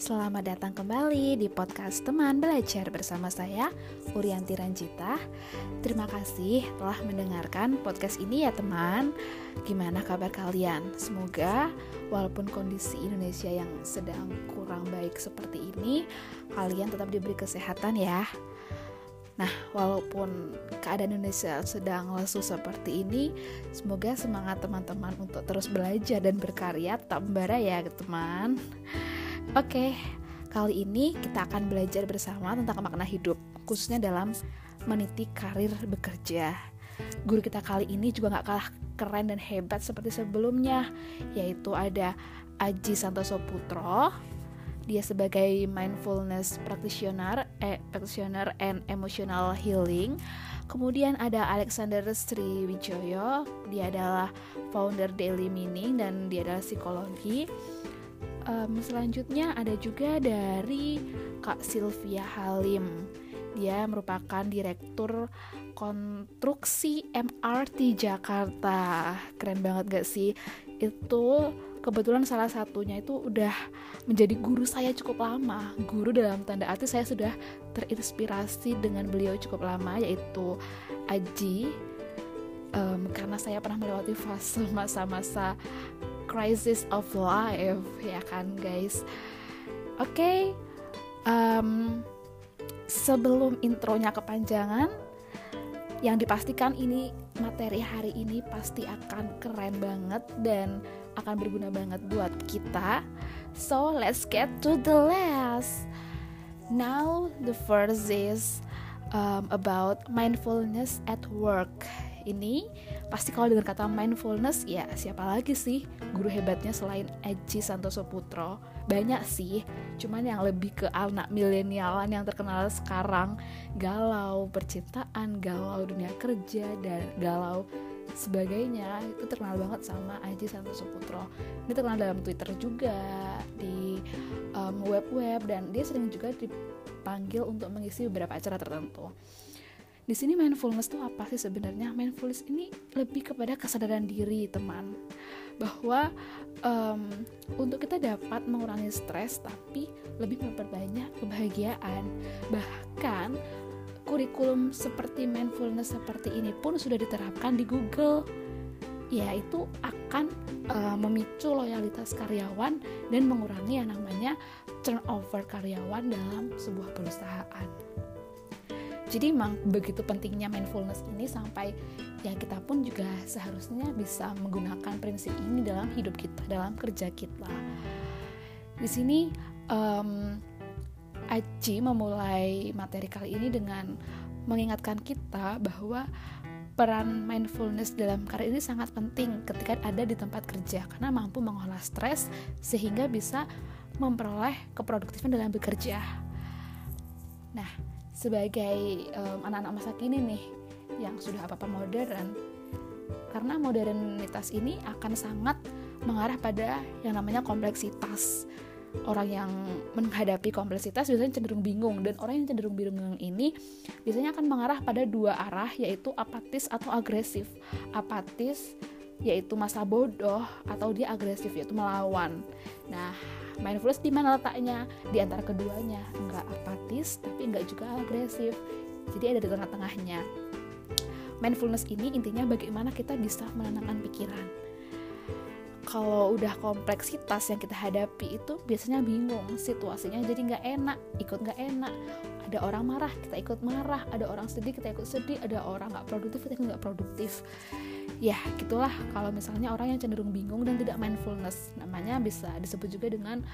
Selamat datang kembali di podcast Teman Belajar bersama saya, Urianti Ranjita. Terima kasih telah mendengarkan podcast ini ya teman. Gimana kabar kalian? Semoga walaupun kondisi Indonesia yang sedang kurang baik seperti ini, kalian tetap diberi kesehatan ya. Nah, walaupun keadaan Indonesia sedang lesu seperti ini, semoga semangat teman-teman untuk terus belajar dan berkarya tetap membara ya teman. Oke, kali ini kita akan belajar bersama tentang makna hidup, khususnya dalam meniti karir bekerja. Guru kita kali ini juga gak kalah keren dan hebat seperti sebelumnya, yaitu ada Aji Santoso Putro. Dia sebagai mindfulness practitioner and emotional healing. Kemudian ada Alexander Sriwijoyo, dia adalah founder Daily Meaning dan dia adalah psikologi. Selanjutnya ada juga dari Kak Sylvia Halim. Dia merupakan direktur konstruksi MRT Jakarta. Keren banget gak sih? Itu kebetulan salah satunya itu udah menjadi guru saya cukup lama. Guru dalam tanda arti saya sudah terinspirasi dengan beliau cukup lama, yaitu Aji. Karena saya pernah melewati fase masa-masa crisis of life, ya kan guys. Oke, sebelum intronya kepanjangan, yang dipastikan ini materi hari ini pasti akan keren banget dan akan berguna banget buat kita. So let's get to the list. Now the first is about mindfulness at work. Ini pasti kalau dengar kata mindfulness, ya siapa lagi sih guru hebatnya selain Aji Santoso Putro? Banyak sih, cuman yang lebih ke anak milenialan yang terkenal sekarang, galau percintaan, galau dunia kerja, dan galau sebagainya, itu terkenal banget sama Aji Santoso Putro. Ini terkenal dalam Twitter juga, di web-web, dan dia sering juga dipanggil untuk mengisi beberapa acara tertentu. Di sini mindfulness itu apa sih sebenarnya? Mindfulness ini lebih kepada kesadaran diri teman, bahwa untuk kita dapat mengurangi stres tapi lebih memperbanyak kebahagiaan. Bahkan kurikulum seperti mindfulness seperti ini pun sudah diterapkan di Google, yaitu akan memicu loyalitas karyawan dan mengurangi yang namanya turnover karyawan dalam sebuah perusahaan. Jadi memang begitu pentingnya mindfulness ini sampai ya kita pun juga seharusnya bisa menggunakan prinsip ini dalam hidup kita, dalam kerja kita. Di sini Aji memulai materi kali ini dengan mengingatkan kita bahwa peran mindfulness dalam karir ini sangat penting ketika ada di tempat kerja, karena mampu mengolah stres sehingga bisa memperoleh keproduktifan dalam bekerja. Nah, sebagai anak-anak masa kini nih yang sudah apa-apa modern, karena modernitas ini akan sangat mengarah pada yang namanya kompleksitas. Orang yang menghadapi kompleksitas biasanya cenderung bingung, dan orang yang cenderung bingung ini biasanya akan mengarah pada dua arah, yaitu apatis atau agresif. Apatis yaitu masa bodoh, atau dia agresif yaitu melawan. Nah, mindfulness di mana letaknya? Di antara keduanya, enggak apatis tapi enggak juga agresif. Jadi ada di tengah-tengahnya. Mindfulness ini intinya bagaimana kita bisa menenangkan pikiran. Kalau udah kompleksitas yang kita hadapi itu biasanya bingung situasinya, jadi nggak enak, ikut nggak enak. Ada orang marah, kita ikut marah. Ada orang sedih, kita ikut sedih. Ada orang nggak produktif, kita ikut nggak produktif. Ya gitulah kalau misalnya orang yang cenderung bingung dan tidak mindfulness. Namanya bisa disebut juga dengan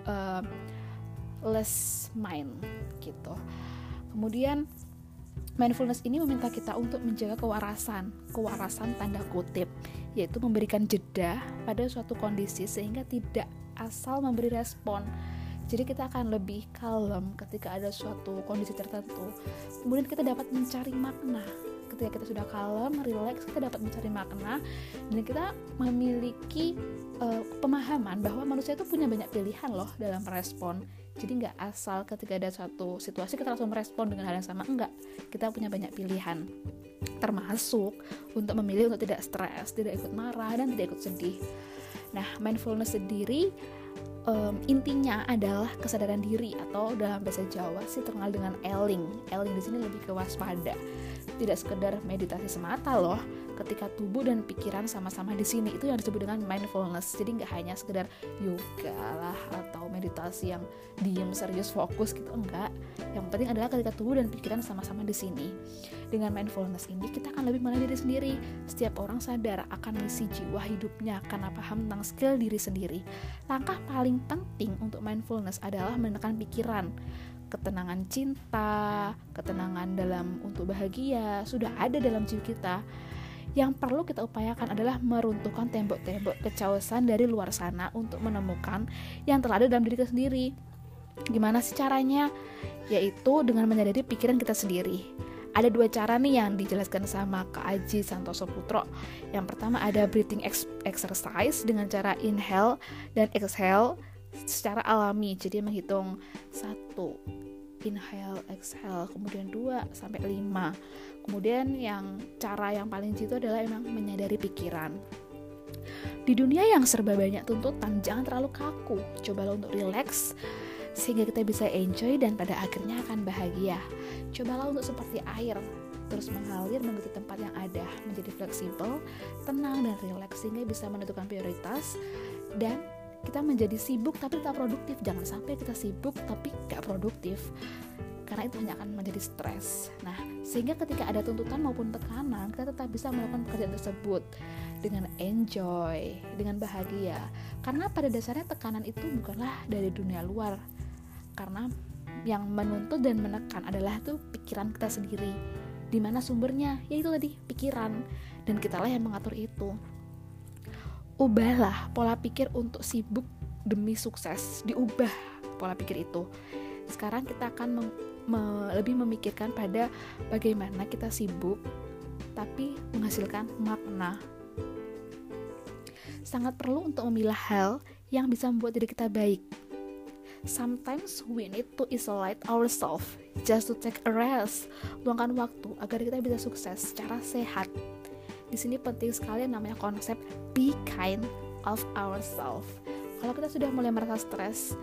less mind gitu. Kemudian mindfulness ini meminta kita untuk menjaga kewarasan tanda kutip, yaitu memberikan jeda pada suatu kondisi sehingga tidak asal memberi respon. Jadi kita akan lebih kalem ketika ada suatu kondisi tertentu. Kemudian kita dapat mencari makna. Ketika kita sudah kalem, relax, kita dapat mencari makna, dan kita memiliki pemahaman bahwa manusia itu punya banyak pilihan loh dalam merespon. Jadi nggak asal ketika ada suatu situasi kita langsung merespon dengan hal yang sama, enggak. Kita punya banyak pilihan. termasuk untuk memilih untuk tidak stres, tidak ikut marah, dan tidak ikut sedih. Nah, mindfulness sendiri intinya adalah kesadaran diri, atau dalam bahasa Jawa sih terkenal dengan eling. Eling di sini lebih ke waspada. Tidak sekedar meditasi semata loh. Ketika tubuh dan pikiran sama-sama di sini, itu yang disebut dengan mindfulness. Jadi nggak hanya sekedar yoga lah atau meditasi yang diem serius fokus gitu, enggak. Yang penting adalah ketika tubuh dan pikiran sama-sama di sini. Dengan mindfulness ini kita akan lebih mengenali diri sendiri. Setiap orang sadar akan misi jiwa hidupnya karena paham tentang skill diri sendiri. Langkah paling penting untuk mindfulness adalah menekan pikiran. Ketenangan cinta, ketenangan dalam untuk bahagia sudah ada dalam jiwa kita. Yang perlu kita upayakan adalah meruntuhkan tembok-tembok kecausan dari luar sana untuk menemukan yang telah ada dalam diri kita sendiri. Gimana sih caranya? Yaitu dengan menyadari pikiran kita sendiri. Ada 2 cara nih yang dijelaskan sama Kak Aji Santoso Putro. Yang pertama ada breathing exercise dengan cara inhale dan exhale secara alami. Jadi menghitung 1, inhale, exhale, kemudian 2 sampai 5. Kemudian yang cara yang paling jitu adalah emang menyadari pikiran. Di dunia yang serba banyak tuntutan, jangan terlalu kaku. Cobalah untuk relax sehingga kita bisa enjoy dan pada akhirnya akan bahagia. Cobalah untuk seperti air, terus mengalir mengikuti tempat yang ada, menjadi fleksibel, tenang dan relax sehingga bisa menentukan prioritas, dan kita menjadi sibuk tapi tetap produktif. Jangan sampai kita sibuk tapi gak produktif, karena itu hanya akan menjadi stres. Nah, sehingga ketika ada tuntutan maupun tekanan, kita tetap bisa melakukan pekerjaan tersebut dengan enjoy, dengan bahagia. Karena pada dasarnya tekanan itu bukanlah dari dunia luar, karena yang menuntut dan menekan adalah tuh pikiran kita sendiri. Di mana sumbernya? Yaitu tadi pikiran, dan kitalah yang mengatur itu. Ubahlah pola pikir untuk sibuk demi sukses. Diubah pola pikir itu. Sekarang kita akan lebih memikirkan pada bagaimana kita sibuk tapi menghasilkan makna. Sangat perlu untuk memilah hal yang bisa membuat diri kita baik. Sometimes we need to isolate ourselves just to take a rest. Luangkan waktu agar kita bisa sukses secara sehat. Di sini penting sekali yang namanya konsep be kind of ourselves. Kalau kita sudah mulai merasa stres,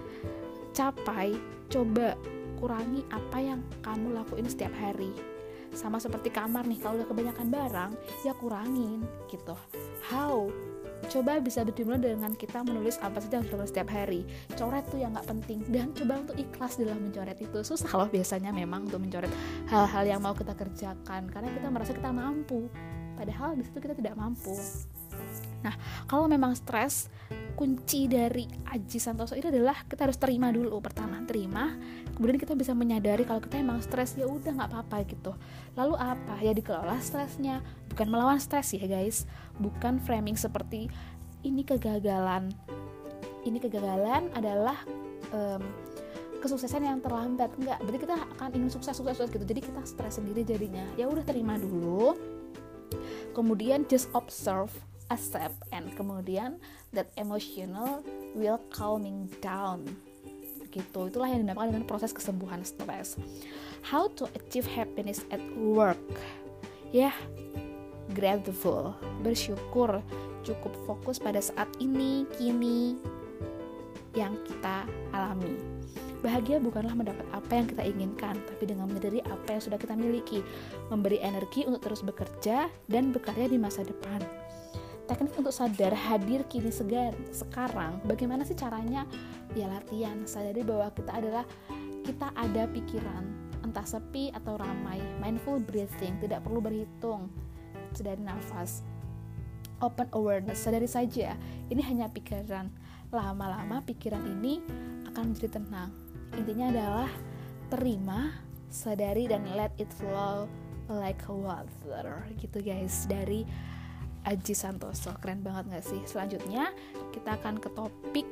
coba kurangi apa yang kamu lakuin setiap hari. Sama seperti kamar nih, kalau udah kebanyakan barang, ya kurangin gitu. How? Coba bisa dimulai dengan kita menulis apa saja yang dilakukan setiap hari. Coret tuh yang gak penting, dan coba untuk ikhlas dalam mencoret itu. Susah loh biasanya memang untuk mencoret hal-hal yang mau kita kerjakan, karena kita merasa kita mampu, padahal di situ kita tidak mampu. Nah, kalau memang stres, kunci dari Aji Santoso ini adalah kita harus terima dulu. Pertama, terima, kemudian kita bisa menyadari kalau kita emang stres, ya udah nggak apa-apa gitu. Lalu apa? Ya dikelola stresnya, bukan melawan stres ya guys. Bukan framing seperti ini kegagalan. Ini kegagalan adalah kesuksesan yang terlambat. Enggak, berarti kita akan ingin sukses gitu. Jadi kita stres sendiri jadinya. Ya udah terima dulu. Kemudian just observe, accept, and kemudian that emotional will calming down gitu. Itulah yang dinamakan dengan proses kesembuhan stres. How to achieve happiness at work? Ya, grateful, bersyukur, cukup fokus pada saat ini, kini yang kita alami. Bahagia bukanlah mendapat apa yang kita inginkan, tapi dengan menyadari apa yang sudah kita miliki, memberi energi untuk terus bekerja dan berkarya di masa depan. Teknik untuk sadar hadir kini sekarang, bagaimana sih caranya? Ya latihan, sadari bahwa kita ada pikiran, entah sepi atau ramai. Mindful breathing, tidak perlu berhitung, sadari nafas. Open awareness, sadari saja, ini hanya pikiran. Lama-lama pikiran ini akan menjadi tenang. Intinya adalah terima, sadari, dan let it flow like water gitu guys, dari Aji Santoso. Keren banget gak sih? Selanjutnya kita akan ke topik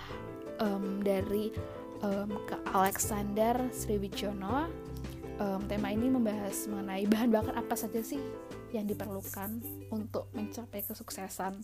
dari ke Alexander Sriwijono. Tema ini membahas mengenai bahan bakar apa saja sih yang diperlukan untuk mencapai kesuksesan.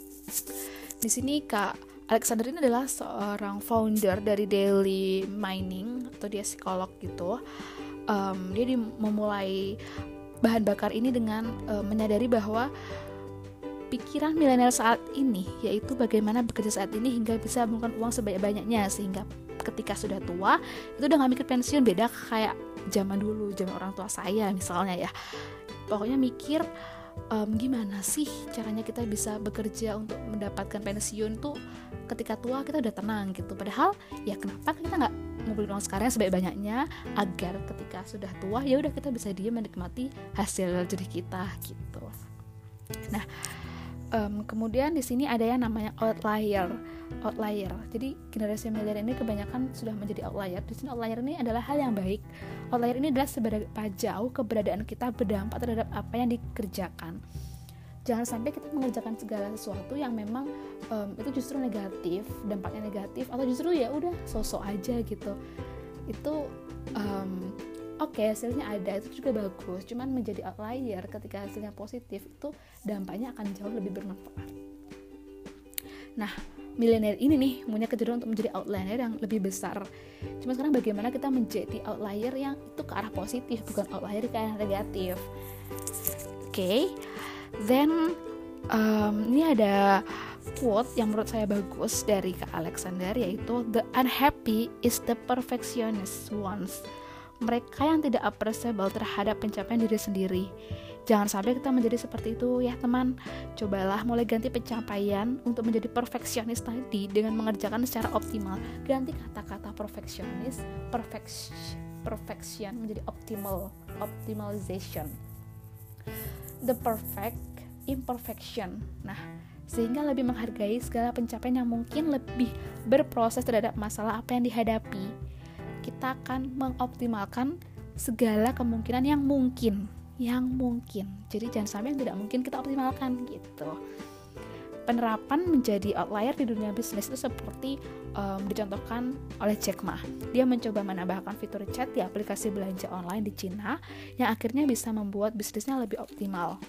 Di sini Kak Alexander ini adalah seorang founder dari Daily Mining, atau dia psikolog gitu. Dia memulai bahan bakar ini dengan menyadari bahwa pikiran milenial saat ini yaitu bagaimana bekerja saat ini hingga bisa mengumpulkan uang sebanyak-banyaknya, sehingga ketika sudah tua itu udah gak mikir pensiun. Beda kayak zaman dulu, zaman orang tua saya misalnya ya, pokoknya mikir gimana sih caranya kita bisa bekerja untuk mendapatkan pensiun tuh ketika tua kita udah tenang gitu. Padahal ya kenapa kita nggak ngumpulin uang sekarang sebanyak-banyaknya agar ketika sudah tua ya udah kita bisa diam menikmati hasil jerih kita gitu. Nah, kemudian di sini ada yang namanya outlier. Jadi generasi milenial ini kebanyakan sudah menjadi outlier. Di sini outlier ini adalah hal yang baik. Outlier ini adalah seberapa jauh keberadaan kita berdampak terhadap apa yang dikerjakan. Jangan sampai kita mengerjakan segala sesuatu yang memang itu justru negatif, dampaknya negatif, atau justru ya udah sosok aja gitu. Itu Oke, hasilnya ada, itu juga bagus. Cuman menjadi outlier ketika hasilnya positif itu dampaknya akan jauh lebih bermanfaat. Nah, milenial ini nih punya kecenderungan untuk menjadi outlier yang lebih besar. Cuma sekarang bagaimana kita menjadi outlier yang itu ke arah positif, bukan outlier ke arah negatif. Oke. Then ini ada quote yang menurut saya bagus dari Kak Alexander, yaitu the unhappy is the perfectionist ones. Mereka yang tidak appreciable terhadap pencapaian diri sendiri. Jangan sampai kita menjadi seperti itu ya teman. Cobalah mulai ganti pencapaian untuk menjadi perfeksionis tadi dengan mengerjakan secara optimal. Ganti kata-kata perfeksionis, perfection menjadi optimalization. The perfect imperfection. Nah, sehingga lebih menghargai segala pencapaian yang mungkin lebih berproses terhadap masalah apa yang dihadapi. Kita akan mengoptimalkan segala kemungkinan yang mungkin. Jadi jangan sampai yang tidak mungkin kita optimalkan gitu. Penerapan menjadi outlier di dunia bisnis itu seperti dicontohkan oleh Jack Ma. Dia mencoba menambahkan fitur chat di aplikasi belanja online di Cina yang akhirnya bisa membuat bisnisnya lebih optimal.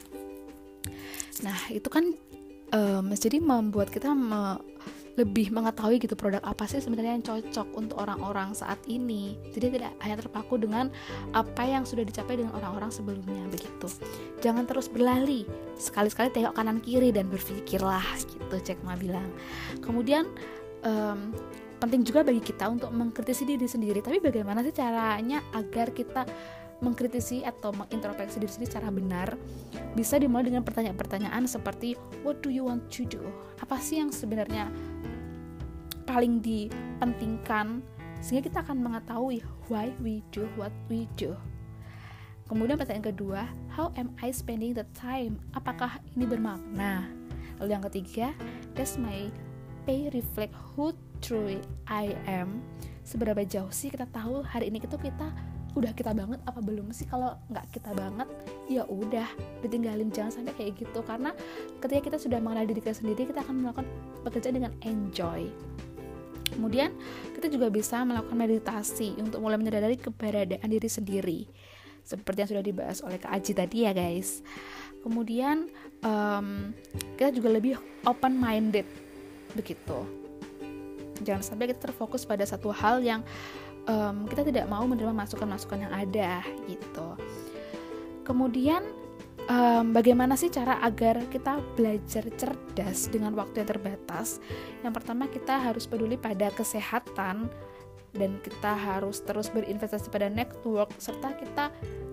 Nah, itu kan jadi membuat kita lebih mengetahui gitu produk apa sih sebenarnya yang cocok untuk orang-orang saat ini. Jadi tidak hanya terpaku dengan apa yang sudah dicapai dengan orang-orang sebelumnya begitu. Jangan terus berlari, sekali-sekali tengok kanan kiri dan berpikirlah gitu, Jack Ma bilang. Kemudian penting juga bagi kita untuk mengkritisi diri sendiri. Tapi bagaimana sih caranya agar kita mengkritisi atau mengintrospeksi diri sendiri secara benar? Bisa dimulai dengan pertanyaan-pertanyaan seperti what do you want to do? Apa sih yang sebenarnya paling dipentingkan, sehingga kita akan mengetahui why we do what we do. Kemudian pertanyaan kedua, how am I spending the time? Apakah ini bermakna? Lalu yang ketiga, does my pay reflect who truly I am? Seberapa jauh sih kita tahu hari ini kita udah kita banget apa belum sih? Kalau nggak kita banget, ya udah ditinggalin, jangan sampai kayak gitu. Karena ketika kita sudah mengenal diri kita sendiri, kita akan melakukan pekerjaan dengan enjoy. Kemudian kita juga bisa melakukan meditasi untuk mulai menyadari keberadaan diri sendiri, seperti yang sudah dibahas oleh Kak Aji tadi ya guys. Kemudian kita juga lebih open minded begitu. Jangan sampai kita terfokus pada satu hal yang kita tidak mau menerima masukan-masukan yang ada gitu. Kemudian bagaimana sih cara agar kita belajar cerdas dengan waktu yang terbatas? Yang pertama, kita harus peduli pada kesehatan dan kita harus terus berinvestasi pada network, serta kita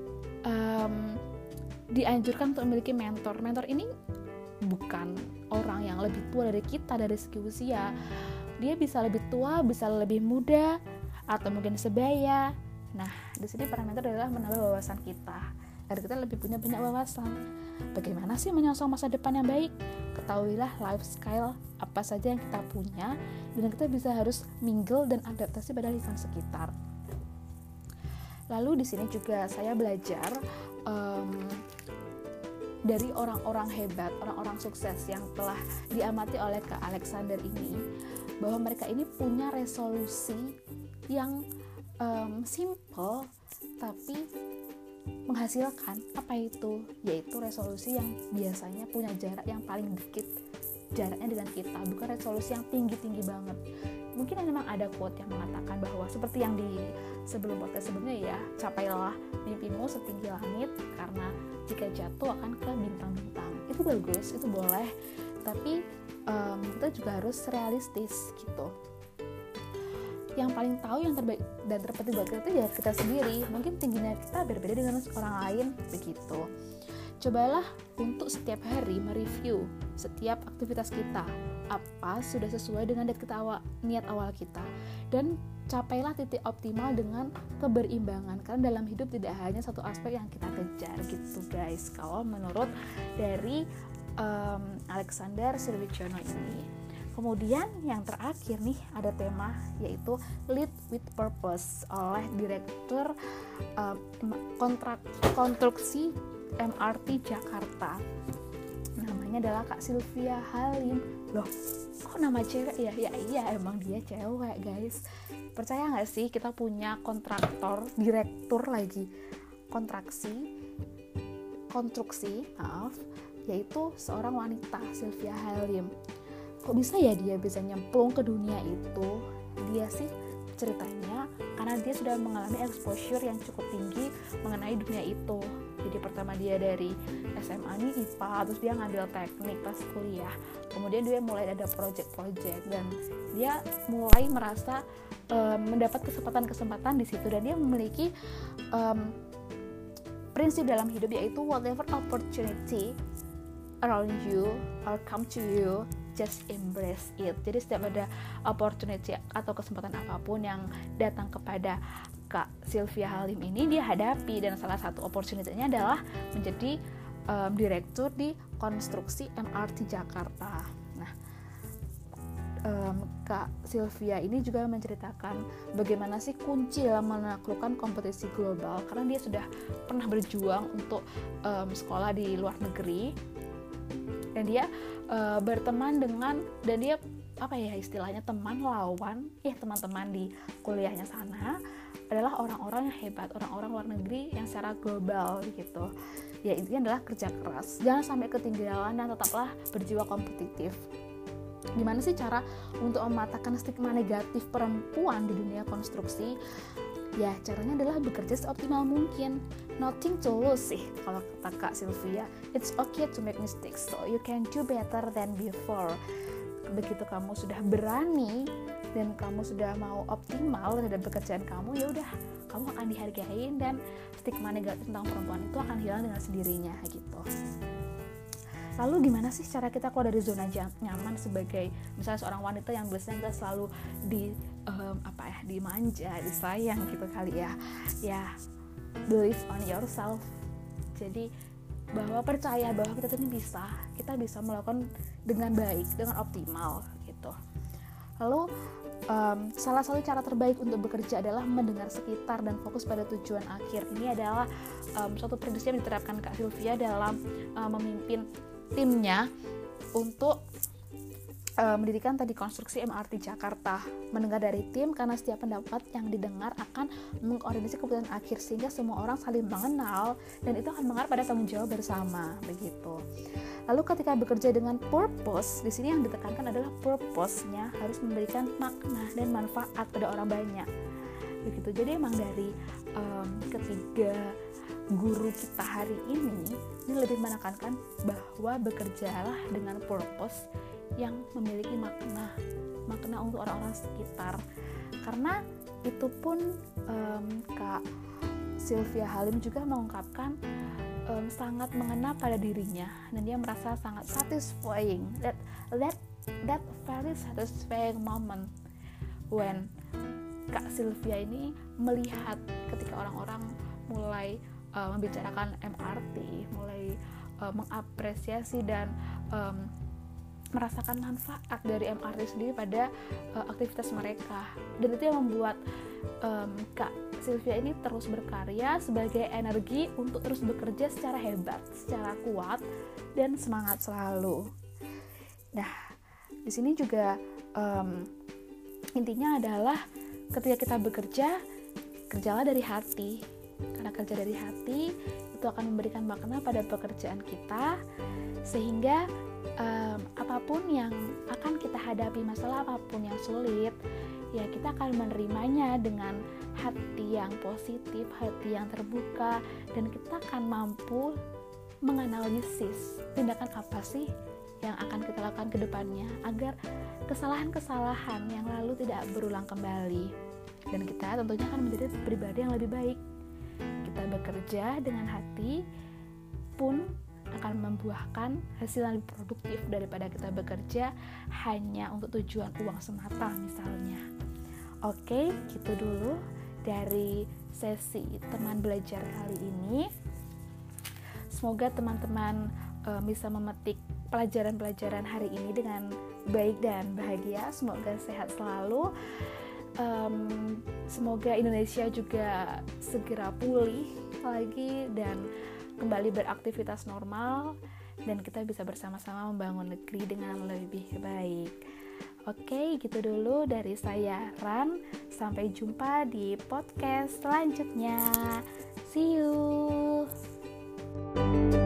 dianjurkan untuk memiliki mentor. Mentor ini bukan orang yang lebih tua dari kita dari segi usia. Dia bisa lebih tua, bisa lebih muda, atau mungkin sebaya. Nah, di sini peran mentor adalah menambah wawasan kita agar kita lebih punya banyak wawasan. Bagaimana sih menyongsong masa depan yang baik? Ketahuilah lifestyle apa saja yang kita punya, dan kita bisa harus mingle dan adaptasi pada lingkungan sekitar. Lalu di sini juga saya belajar dari orang-orang hebat, orang-orang sukses yang telah diamati oleh Kak Alexander ini, bahwa mereka ini punya resolusi yang simple tapi menghasilkan. Apa itu? Yaitu resolusi yang biasanya punya jarak yang paling dikit jaraknya dengan kita, bukan resolusi yang tinggi-tinggi banget. Mungkin memang ada quote yang mengatakan bahwa seperti yang di sebelum podcast sebelumnya ya, capailah mimpimu setinggi langit karena jika jatuh akan ke bintang-bintang. Itu bagus, itu boleh, tapi kita juga harus realistis gitu. Yang paling tahu yang terbaik dan terpenting buat kita itu ya kita sendiri. Mungkin tingginya kita berbeda dengan orang lain begitu. Cobalah untuk setiap hari mereview setiap aktivitas kita, apa sudah sesuai dengan niat awal kita, dan capailah titik optimal dengan keberimbangan, karena dalam hidup tidak hanya satu aspek yang kita kejar gitu guys, kalau menurut dari Alexander Sirwicyono ini. Kemudian yang terakhir nih ada tema yaitu Lead with Purpose oleh Direktur Konstruksi MRT Jakarta. Namanya adalah Kak Sylvia Halim. Loh, kok nama cewek ya? Ya iya, emang dia cewek guys. Percaya gak sih kita punya direktur lagi konstruksi, yaitu seorang wanita, Sylvia Halim. Kok bisa ya dia bisa nyemplung ke dunia itu? Dia sih ceritanya karena dia sudah mengalami exposure yang cukup tinggi mengenai dunia itu. Jadi pertama dia dari SMA nih IPA, terus dia ngambil teknik pas kuliah. Kemudian dia mulai ada project-project dan dia mulai merasa mendapat kesempatan-kesempatan di situ, dan dia memiliki prinsip dalam hidup yaitu whatever opportunity around you or come to you, just embrace it. Jadi setiap ada opportunity atau kesempatan apapun yang datang kepada Kak Sylvia Halim ini, dia hadapi, dan salah satu opportunity-nya adalah menjadi direktur di konstruksi MRT Jakarta. Nah, Kak Sylvia ini juga menceritakan bagaimana sih kunci dalam menaklukkan kompetisi global, karena dia sudah pernah berjuang untuk sekolah di luar negeri, dan dia berteman dengan, dan dia istilahnya teman-teman di kuliahnya sana adalah orang-orang yang hebat, orang-orang luar negeri yang secara global gitu. Ya intinya adalah kerja keras, jangan sampai ketinggalan, dan tetaplah berjiwa kompetitif. Gimana sih cara untuk mematahkan stigma negatif perempuan di dunia konstruksi? Ya caranya adalah bekerja seoptimal mungkin. Nothing to lose sih kalau kata Kak Sylvia. It's okay to make mistakes, so you can do better than before. Begitu kamu sudah berani dan kamu sudah mau optimal terhadap pekerjaan kamu, ya udah kamu akan dihargai, dan stigma negatif tentang perempuan itu akan hilang dengan sendirinya gitu. Lalu gimana sih cara kita keluar dari zona nyaman sebagai misalnya seorang wanita yang biasanya kita selalu dimanja, disayang gitu kali ya. Ya, believe on yourself. Jadi bahwa percaya bahwa kita bisa melakukan dengan baik, dengan optimal gitu. Lalu salah satu cara terbaik untuk bekerja adalah mendengar sekitar dan fokus pada tujuan akhir. Ini adalah suatu prinsip yang diterapkan Kak Sylvia dalam memimpin timnya untuk mendirikan tadi konstruksi MRT Jakarta. Mendengar dari tim, karena setiap pendapat yang didengar akan mengkoordinasi keputusan akhir, sehingga semua orang saling mengenal dan itu akan mengarah pada tanggung jawab bersama begitu. Lalu ketika bekerja dengan purpose, di sini yang ditekankan adalah purpose-nya harus memberikan makna dan manfaat pada orang banyak begitu. Jadi emang dari ketiga guru kita hari ini lebih menekankan bahwa bekerjalah dengan purpose yang memiliki makna untuk orang-orang sekitar, karena itu pun Kak Sylvia Halim juga mengungkapkan sangat mengena pada dirinya, dan dia merasa sangat satisfying, that very satisfying moment when Kak Sylvia ini melihat ketika orang-orang mulai membicarakan MRT, mulai mengapresiasi dan merasakan manfaat dari MRT sendiri pada aktivitas mereka. Dan itu yang membuat Kak Sylvia ini terus berkarya sebagai energi untuk terus bekerja secara hebat, secara kuat, dan semangat selalu. Nah, di sini juga intinya adalah ketika kita bekerja, kerjalah dari hati. Karena kerja dari hati itu akan memberikan makna pada pekerjaan kita, sehingga apapun yang kita hadapi masalah apapun yang sulit, ya kita akan menerimanya dengan hati yang positif, hati yang terbuka, dan kita akan mampu menganalisis tindakan apa sih yang akan kita lakukan ke depannya agar kesalahan-kesalahan yang lalu tidak berulang kembali, dan kita tentunya akan menjadi pribadi yang lebih baik. Kita bekerja dengan hati pun akan membuahkan hasil yang lebih produktif daripada kita bekerja hanya untuk tujuan uang semata misalnya. Oke, gitu dulu dari sesi teman belajar kali ini. Semoga teman-teman bisa memetik pelajaran-pelajaran hari ini dengan baik dan bahagia. Semoga sehat selalu. Semoga Indonesia juga segera pulih lagi dan kembali beraktivitas normal, dan kita bisa bersama-sama membangun negeri dengan lebih baik. Oke, gitu dulu dari saya, Ran. Sampai jumpa di podcast selanjutnya. See you.